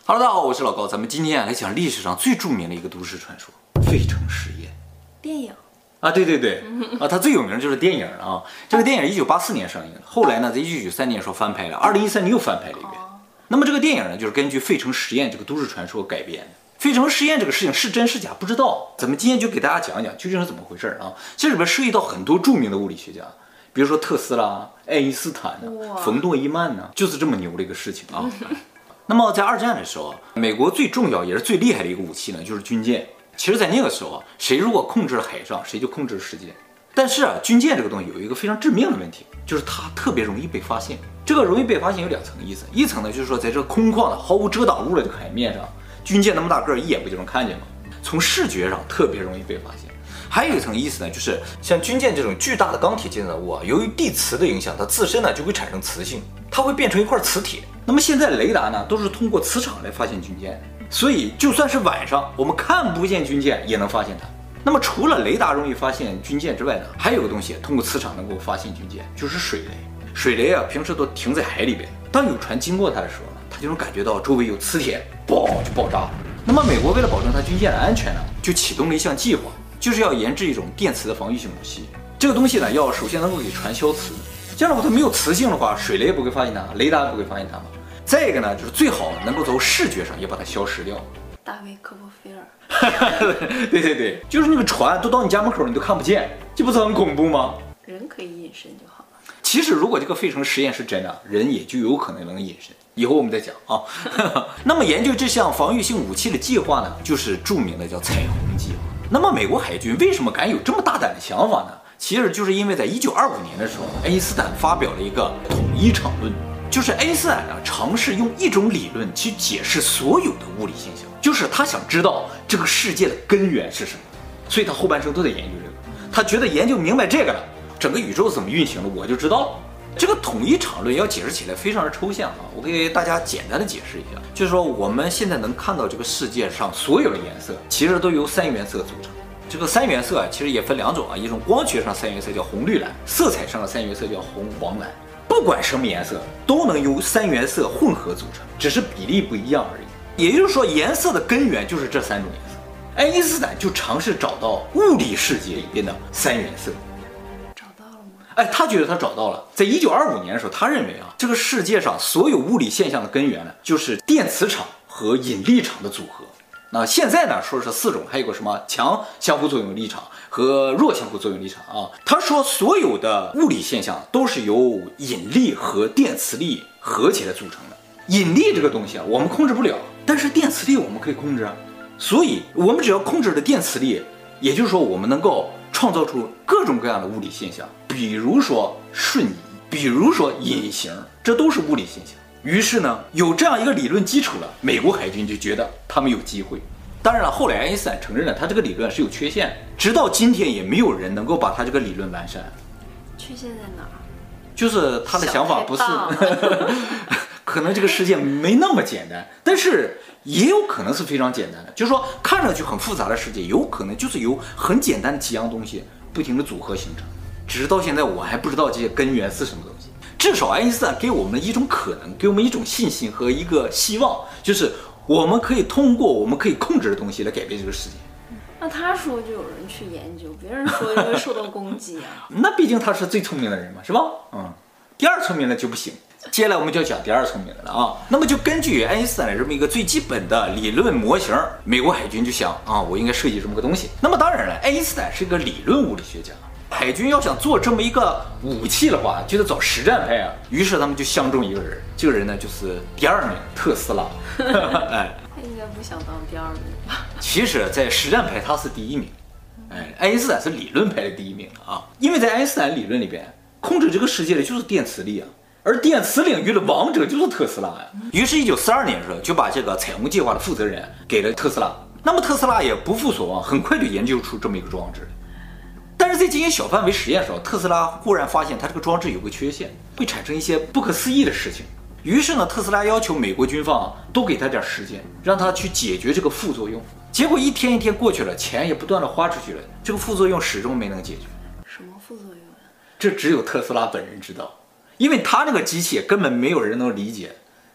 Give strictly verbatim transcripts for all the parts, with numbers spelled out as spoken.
Hello， 大家好，我是老高，咱们今天啊来讲历史上最著名的一个都市传说——费城实验。 电影啊，对对对，啊，它最有名的就是电影了啊。这个电影一九八四年上映的，后来呢，在一九九三年时候翻拍了，二零一三年又翻拍了一遍。那么这个电影呢，就是根据费城实验这个都市传说改编的。费城实验这个事情是真是假不知道，咱们今天就给大家讲讲究竟是怎么回事啊。这里边涉及到很多著名的物理学家，比如说特斯拉、爱因斯坦呢、冯诺依曼呢，就是这么牛的一个事情啊。那么在二战的时候，美国最重要也是最厉害的一个武器呢，就是军舰。其实，在那个时候啊，谁如果控制了海上，谁就控制了世界。但是啊，军舰这个东西有一个非常致命的问题，就是它特别容易被发现。这个容易被发现有两层意思，一层呢就是说，在这个空旷的、毫无遮挡物的这个海面上，军舰那么大个儿，一眼不就能看见吗？从视觉上特别容易被发现。还有一层意思呢，就是像军舰这种巨大的钢铁建造物啊，由于地磁的影响，它自身呢就会产生磁性，它会变成一块磁铁。那么现在雷达呢都是通过磁场来发现军舰，所以就算是晚上我们看不见军舰，也能发现它。那么除了雷达容易发现军舰之外呢，还有个东西通过磁场能够发现军舰，就是水雷。水雷啊，平时都停在海里边，当有船经过它的时候呢，它就能感觉到周围有磁铁，嘣就爆炸了。那么美国为了保证它军舰的安全呢，就启动了一项计划，就是要研制一种电磁的防御性武器。这个东西呢，要首先能够给船消磁，这样如果它没有磁性的话，水雷也不会发现它，雷达也不会发现它嘛。再一个呢，就是最好能够从视觉上也把它消失掉。 大卫科波菲尔对对对，就是那个船都到你家门口你都看不见，这不是很恐怖吗？ 人可以隐身就好了。 其实如果这个费城实验是真的，人也就有可能能隐身，以后我们再讲啊。那么研究这项防御性武器的计划呢，就是著名的叫彩虹计划。那么美国海军为什么敢有这么大胆的想法呢？其实就是因为在一九二五年的时候，爱因斯坦发表了一个统一场论，就是爱因斯坦呢尝试用一种理论去解释所有的物理现象，就是他想知道这个世界的根源是什么，所以他后半生都在研究这个。他觉得研究明白这个了，整个宇宙怎么运行的我就知道了。这个统一场论要解释起来非常的抽象啊，我给大家简单的解释一下，就是说我们现在能看到这个世界上所有的颜色，其实都由三原色组成。这个三原色啊，其实也分两种啊，一种光学上三原色叫红绿蓝，色彩上的三原色叫红黄蓝。不管什么颜色都能由三原色混合组成，只是比例不一样而已。也就是说，颜色的根源就是这三种颜色。爱因斯坦就尝试找到物理世界里边的三原色。 找到了吗？ 哎，他觉得他找到了。在一九二五年的时候，他认为啊，这个世界上所有物理现象的根源呢，就是电磁场和引力场的组合。那现在呢，说是四种，还有个什么强相互作用力场和弱相互作用力场啊。他说所有的物理现象都是由引力和电磁力合起来组成的。引力这个东西啊，我们控制不了，但是电磁力我们可以控制啊。所以我们只要控制了电磁力，也就是说我们能够创造出各种各样的物理现象，比如说瞬移，比如说隐形，这都是物理现象。于是呢，有这样一个理论基础了，美国海军就觉得他们有机会。当然了，后来爱因斯坦承认了他这个理论是有缺陷，直到今天也没有人能够把他这个理论完善。 缺陷在哪儿？ 就是他的想法不是可能这个世界没那么简单，但是也有可能是非常简单的，就是说看上去很复杂的世界，有可能就是由很简单的几样东西不停的组合形成。只是到现在我还不知道这些根源是什么东西。至少爱因斯坦给我们一种可能，给我们一种信心和一个希望，就是我们可以通过我们可以控制的东西来改变这个世界。 那他说就有人去研究，别人说就会受到攻击啊。 那毕竟他是最聪明的人嘛，是吧？嗯，第二聪明的就不行。接下来我们就要讲第二聪明的了啊。那么就根据爱因斯坦的这么一个最基本的理论模型，美国海军就想啊，我应该设计这么个东西。那么当然了，爱因斯坦是一个理论物理学家。海军要想做这么一个武器的话，就得找实战派啊。于是他们就相中一个人，这个人呢就是第二名特斯拉。哎， 他应该不想当第二名吧？ 其实，在实战派他是第一名，哎，爱因斯坦是理论派的第一名啊。因为在爱因斯坦理论里边，控制这个世界的就是电磁力啊，而电磁领域的王者就是特斯拉呀。于是，一九四二年的时候，就把这个彩虹计划的负责人给了特斯拉。那么特斯拉也不负所望，很快就研究出这么一个装置。但是在进行小范围实验的时候，特斯拉忽然发现它这个装置有个缺陷，会产生一些不可思议的事情。于是呢，特斯拉要求美国军方多给他点时间，让他去解决这个副作用。结果一天一天过去了，钱也不断的花出去了，这个副作用始终没能解决。 什么副作用啊？ 这只有特斯拉本人知道，因为他那个机器根本没有人能理解。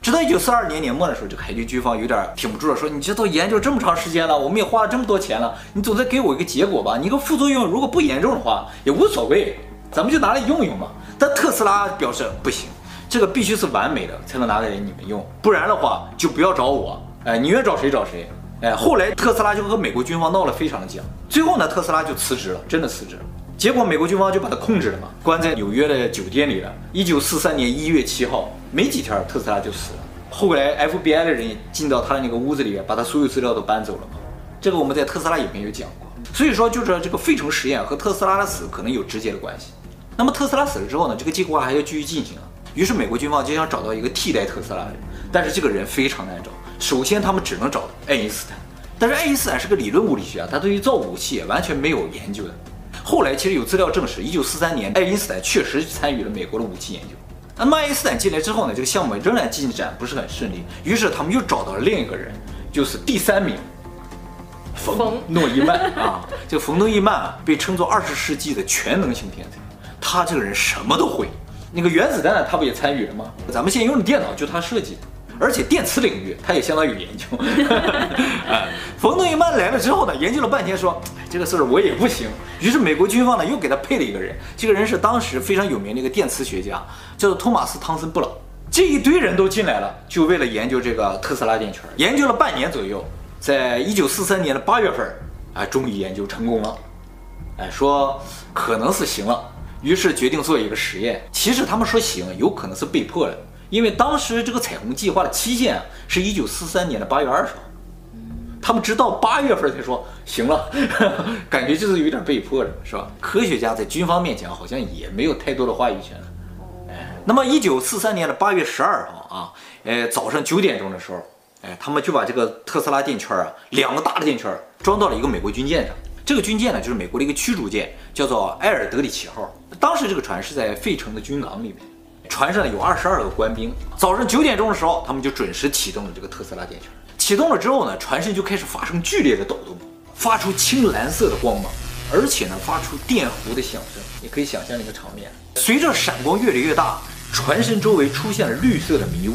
直到一九四二年年末的时候，这个海军军方有点挺不住了，说你这都研究这么长时间了，我们也花了这么多钱了，你总得给我一个结果吧？你个副作用如果不严重的话也无所谓，咱们就拿来用用嘛。但特斯拉表示不行，这个必须是完美的才能拿给你们用，不然的话就不要找我，哎，你愿找谁找谁。哎，后来特斯拉就和美国军方闹了非常的僵，最后呢，特斯拉就辞职了，真的辞职了。结果美国军方就把他控制了嘛，关在纽约的酒店里了。一九四三年一月七号，没几天特斯拉就死了。后来 F B I 的人也进到他的那个屋子里，把他所有资料都搬走了嘛。这个我们在特斯拉影片有讲过。所以说，就是这个费城实验和特斯拉的死可能有直接的关系。那么特斯拉死了之后呢，这个计划还要继续进行啊。于是美国军方就想找到一个替代特斯拉的人，但是这个人非常难找。首先他们只能找爱因斯坦，但是爱因斯坦是个理论物理学家，他对于造武器也完全没有研究的。后来其实有资料证实，一九四三年爱因斯坦确实参与了美国的武器研究。那么爱因斯坦进来之后呢，这个项目仍然进展不是很顺利，于是他们又找到了另一个人，就是第三名冯诺依曼啊。这个冯诺依曼啊，被称作二十世纪的全能型天才，他这个人什么都会。那个原子弹他不也参与了吗？咱们现在用的电脑就他设计的。而且电磁领域他也相当有研究。哎，冯诺依曼来了之后呢，研究了半天说，哎，这个事儿我也不行。于是美国军方呢又给他配了一个人，这个人是当时非常有名的一个电磁学家，叫做托马斯·汤森·布朗。这一堆人都进来了，就为了研究这个特斯拉电圈，研究了半年左右，在一九四三年的八月份，哎，终于研究成功了。哎，说可能是行了，于是决定做一个实验。其实他们说行，有可能是被迫的。因为当时这个彩虹计划的期限啊，是一九四三年的八月二十号，他们直到八月份才说行了，感觉就是有点被迫的，是吧？科学家在军方面前好像也没有太多的话语权了。哎，那么一九四三年的八月十二号啊，呃，早上九点钟的时候，哎，他们就把这个特斯拉电圈啊，两个大的电圈装到了一个美国军舰上。这个军舰呢，就是美国的一个驱逐舰，叫做埃尔德里奇号。当时这个船是在费城的军港里面。船上有二十二个官兵，早上九点钟的时候，他们就准时启动了这个特斯拉电圈。启动了之后呢，船身就开始发生剧烈的抖动，发出青蓝色的光芒，而且呢，发出电弧的响声。你可以想象那个场面。随着闪光越来越大，船身周围出现了绿色的迷雾。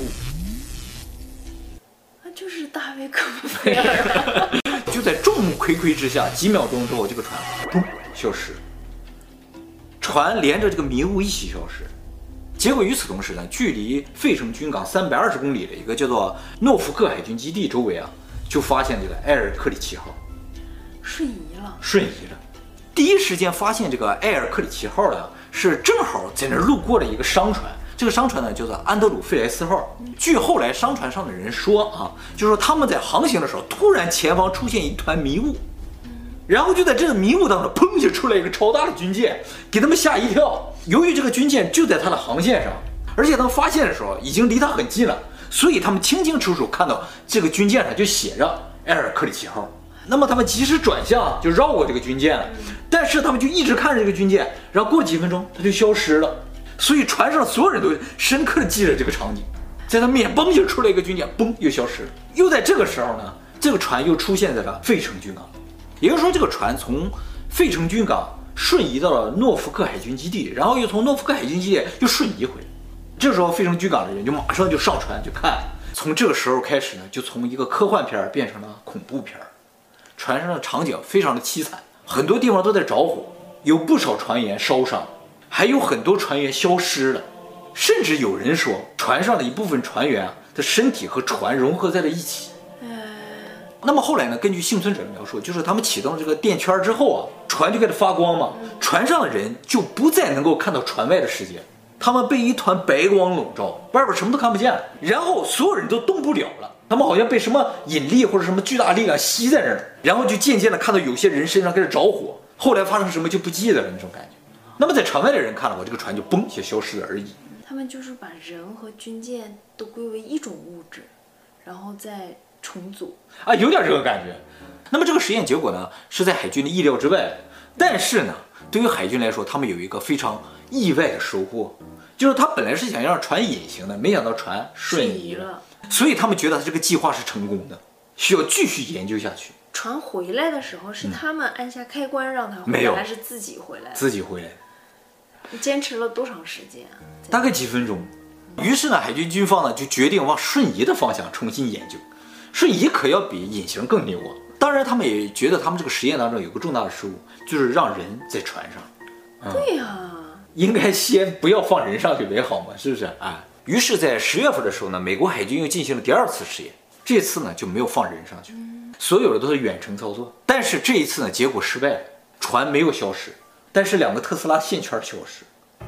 那就是大卫·科波菲尔。 就在众目睽睽之下，几秒钟之后，这个船砰消失，船连着这个迷雾一起消失。结果与此同时呢，距离费城军港三百二十公里的一个叫做诺福克海军基地周围啊，就发现这个埃尔克里奇号瞬移了。 瞬移了。第一时间发现这个埃尔克里奇号的是正好在那儿路过的一个商船，这个商船呢叫做安德鲁费莱斯号。据后来商船上的人说啊，就是说他们在航行的时候，突然前方出现一团迷雾。然后就在这个迷雾当中，砰就出来一个超大的军舰，给他们吓一跳。由于这个军舰就在他的航线上，而且他们发现的时候已经离他很近了，所以他们清清楚楚看到这个军舰上就写着埃尔克里奇号。那么他们及时转向，就绕过这个军舰了。但是他们就一直看着这个军舰，然后过了几分钟，它就消失了。所以船上所有人都深刻地记着这个场景，在他面前嘣就出来一个军舰，嘣又消失了。又在这个时候呢，这个船又出现在了费城军港。也就是说，这个船从费城军港瞬移到了诺福克海军基地，然后又从诺福克海军基地又瞬移回来。这时候费城军港的人就马上就上船就看。从这个时候开始呢，就从一个科幻片变成了恐怖片。船上的场景非常的凄惨，很多地方都在着火，有不少船员烧伤，还有很多船员消失了，甚至有人说船上的一部分船员啊的身体和船融合在了一起。那么后来呢？根据幸存者的描述，就是他们启动这个电圈之后啊，船就开始发光嘛，船上的人就不再能够看到船外的世界，他们被一团白光笼罩，外边什么都看不见了，然后所有人都动不了了，他们好像被什么引力或者什么巨大力量吸在那儿，然后就渐渐的看到有些人身上开始着火，后来发生什么就不记得了那种感觉。那么在船外的人看了我这个船就嘣就消失了而已。 他们就是把人和军舰都归为一种物质，然后再重组啊，有点这个感觉。那么这个实验结果呢，是在海军的意料之外，但是呢，对于海军来说，他们有一个非常意外的收获，就是他本来是想让船隐形的，没想到船瞬移了，所以他们觉得这个计划是成功的，需要继续研究下去。 船回来的时候是他们按下开关让他回来， 没有， 还是自己回来？ 自己回来。 你坚持了多长时间啊？ 大概几分钟。 于是呢，海军军方呢就决定往瞬移的方向重新研究。瞬移可要比隐形更牛啊！当然，他们也觉得他们这个实验当中有个重大的失误，就是让人在船上。 嗯、对呀、啊， 应该先不要放人上去为好嘛，是不是啊？于是，在十月份的时候呢，美国海军又进行了第二次实验，这次呢就没有放人上去，所有的都是远程操作。但是这一次呢，结果失败了，船没有消失，但是两个特斯拉线圈消失。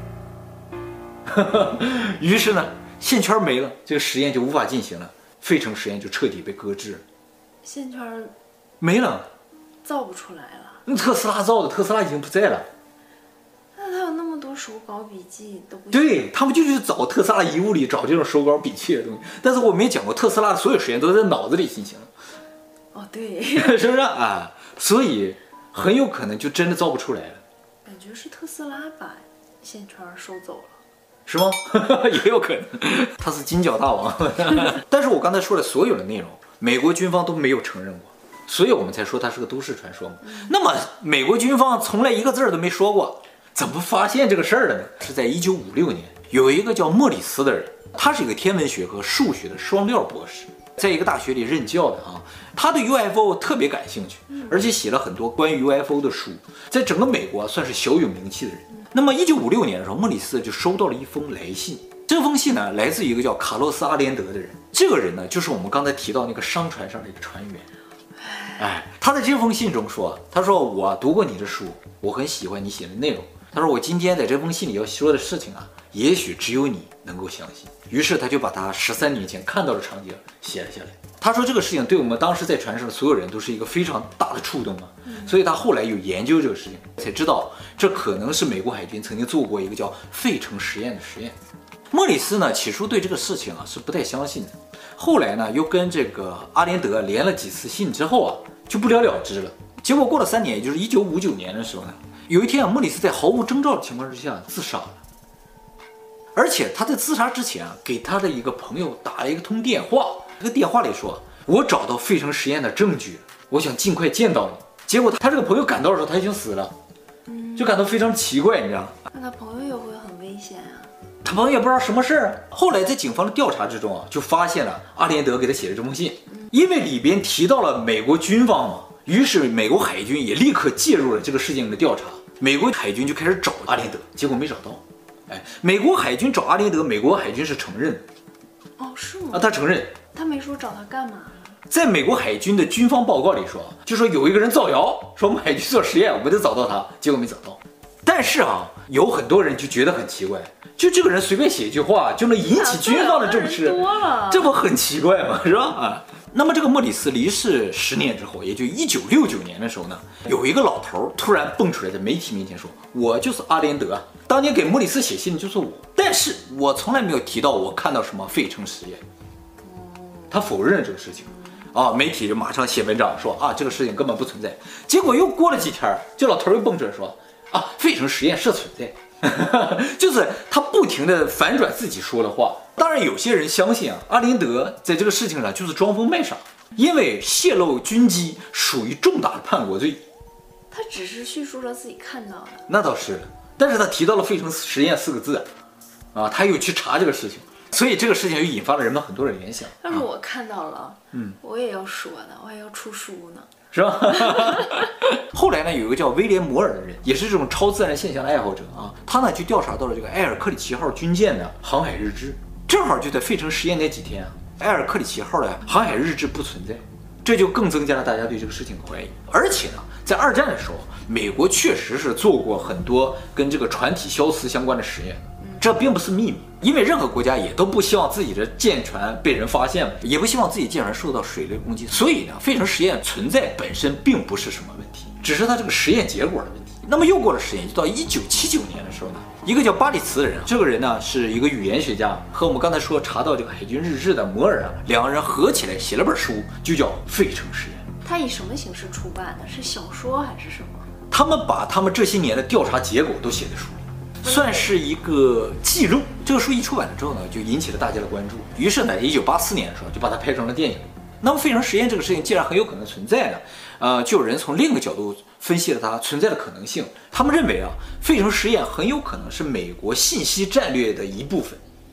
于是呢，线圈没了，这个实验就无法进行了，费城实验就彻底被搁置了。 线圈没了， 造不出来了。 那特斯拉造的，特斯拉已经不在了。 那他有那么多手稿笔记都不？ 对，他们就去找特斯拉遗物里找这种手稿笔记的东西。但是我没讲过，特斯拉的所有实验都在脑子里进行。 哦，对， 是不是啊？所以很有可能就真的造不出来了。 感觉是特斯拉把线圈收走了。 是吗？也有可能，他是金角大王。但是我刚才说的所有的内容，美国军方都没有承认过，所以我们才说它是个都市传说嘛。嗯、那么美国军方从来一个字儿都没说过，怎么发现这个事儿的呢？是在一九五六年，有一个叫莫里斯的人，他是一个天文学和数学的双料博士，在一个大学里任教的啊。他对 U F O 特别感兴趣，而且写了很多关于 U F O 的书，在整个美国算是小有名气的人。那么一九五六年的时候，莫里斯就收到了一封来信。这封信呢，来自一个叫卡洛斯·阿连德的人。这个人呢，就是我们刚才提到那个商船上的一个船员。哎，他在这封信中说：“他说我读过你的书，我很喜欢你写的内容。他说我今天在这封信里要说的事情啊，也许只有你能够相信。”于是他就把他十三年前看到的场景写了下来。他说这个事情对我们当时在船上的所有人都是一个非常大的触动啊，所以他后来有研究这个事情，才知道这可能是美国海军曾经做过一个叫费城实验的实验。莫里斯呢，起初对这个事情啊是不太相信的，后来呢又跟这个阿连德连了几次信之后啊，就不了了之了。结果过了三年，也就是一九五九年的时候呢，有一天啊，莫里斯在毫无征兆的情况之下自杀了。而且他在自杀之前啊，给他的一个朋友打了一个通电话，这个电话里说：“我找到费城实验的证据，我想尽快见到你。”结果他这个朋友赶到的时候，他已经死了，就感到非常奇怪，你知道吗？ 那他朋友也会很危险啊。 他朋友也不知道什么事儿。后来在警方的调查之中啊，就发现了阿连德给他写的这封信，因为里边提到了美国军方嘛，于是美国海军也立刻介入了这个事情的调查。美国海军就开始找阿连德，结果没找到。哎，美国海军找阿连德，美国海军是承认的。 哦，是吗？ 啊，他承认。 他没说找他干嘛？ 在美国海军的军方报告里说，就说有一个人造谣，说我们海军做实验，我们得找到他，结果没找到。但是啊，有很多人就觉得很奇怪，就这个人随便写一句话就能引起军方的重视，这不很奇怪吗？是吧？啊。那么这个莫里斯离世十年之后，也就一九六九年的时候呢，有一个老头突然蹦出来，在媒体面前说：“我就是阿连德，当年给莫里斯写信的就是我，但是我从来没有提到我看到什么费城实验。”他否认了这个事情，啊，媒体就马上写文章说啊，这个事情根本不存在。结果又过了几天，这老头又蹦出来说：“啊，费城实验是存在。”就是他不停地反转自己说的话。当然有些人相信啊，阿连德在这个事情上就是装疯卖傻，因为泄露军机属于重大的叛国罪。 他只是叙述了自己看到的， 那倒是，但是他提到了费城实验四个字啊，他又去查这个事情，所以这个事情又引发了人们很多的联想。 要是我看到了，嗯，我也要说的，我还要出书呢。 是吧？后来呢，有一个叫威廉摩尔的人，也是这种超自然现象的爱好者啊，他呢就调查到了这个埃尔克里奇号军舰的航海日志，正好就在费城实验那几天啊，埃尔克里奇号的航海日志不存在，这就更增加了大家对这个事情的怀疑。而且呢，在二战的时候，美国确实是做过很多跟这个船体消磁相关的实验。这并不是秘密，因为任何国家也都不希望自己的舰船被人发现，也不希望自己舰船受到水雷攻击，所以呢，费城实验存在本身并不是什么问题，只是它这个实验结果的问题。那么又过了十年，就到一九七九年的时候呢，一个叫巴里茨的人，这个人呢是一个语言学家，和我们刚才说查到这个海军日志的摩尔啊，两个人合起来写了本书，就叫《费城实验》。 他以什么形式出版的？是小说还是什么？ 他们把他们这些年的调查结果都写在书里。算是一个记录。这个书一出版了之后呢，就引起了大家的关注。于是呢，一九八四年的时候就把它拍成了电影。那么费城实验这个事情既然很有可能存在呢，呃，就有人从另一个角度分析了它存在的可能性。他们认为啊，费城实验很有可能是美国信息战略的一部分。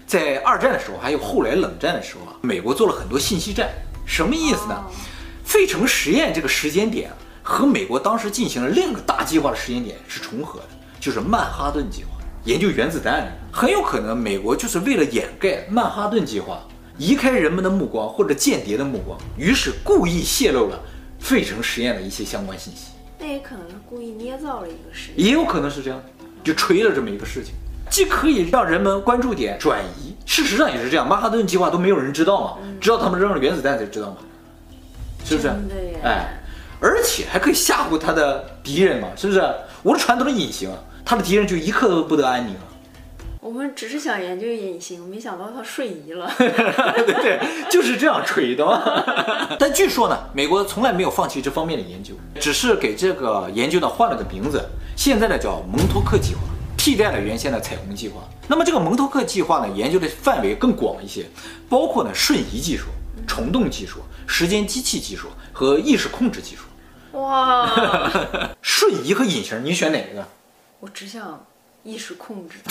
在二战的时候，还有后来冷战的时候啊，美国做了很多信息战，什么意思呢？ 哦费城实验这个时间点和美国当时进行了另一个大计划的时间点是重合的，就是曼哈顿计划，研究原子弹。很有可能美国就是为了掩盖曼哈顿计划，移开人们的目光或者间谍的目光，于是故意泄露了费城实验的一些相关信息。 那也可能是故意捏造了一个事也有可能是这样，就吹了这么一个事情，既可以让人们关注点转移，事实上也是这样，曼哈顿计划都没有人知道嘛，嗯、知道他们扔了原子弹才知道嘛，是不是？ 真的耶！ 哎，而且还可以吓唬他的敌人嘛，是不是？我的船都是隐形，他的敌人就一刻都不得安宁。 我们只是想研究隐形，没想到它瞬移了。 对对，就是这样吹的嘛。但据说呢，美国从来没有放弃这方面的研究，只是给这个研究呢换了个名字，现在呢叫蒙托克计划，替代了原先的彩虹计划。那么这个蒙托克计划呢，研究的范围更广一些，包括呢瞬移技术、虫洞技术、时间机器技术和意识控制技术。 哇！ 瞬移和隐形，你选哪个？ 我只想意识控制。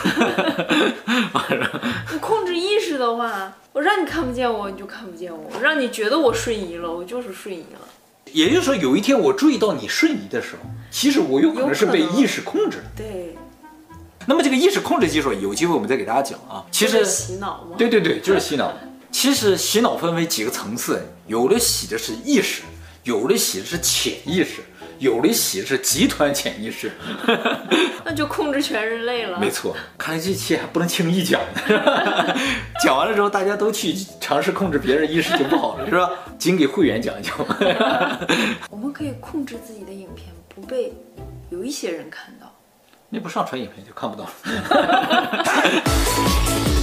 你控制意识的话，我让你看不见我，你就看不见我；我让你觉得我瞬移了，我就是瞬移了。 也就是说，有一天我注意到你瞬移的时候，其实我有可能是被意识控制的。 对。 那么这个意识控制技术，有机会我们再给大家讲啊。其实洗脑吗？ 对对对，就是洗脑。其实洗脑分为几个层次，有的洗的是意识，有的洗的是潜意识，有的洗的是集团潜意识。 那就控制全人类了。 没错，看来这期还不能轻易讲的。讲完了之后，大家都去尝试控制别人意识就不好了，是吧？仅给会员讲一讲。 我们可以控制自己的影片不被有一些人看到。 那不上传影片就看不到了。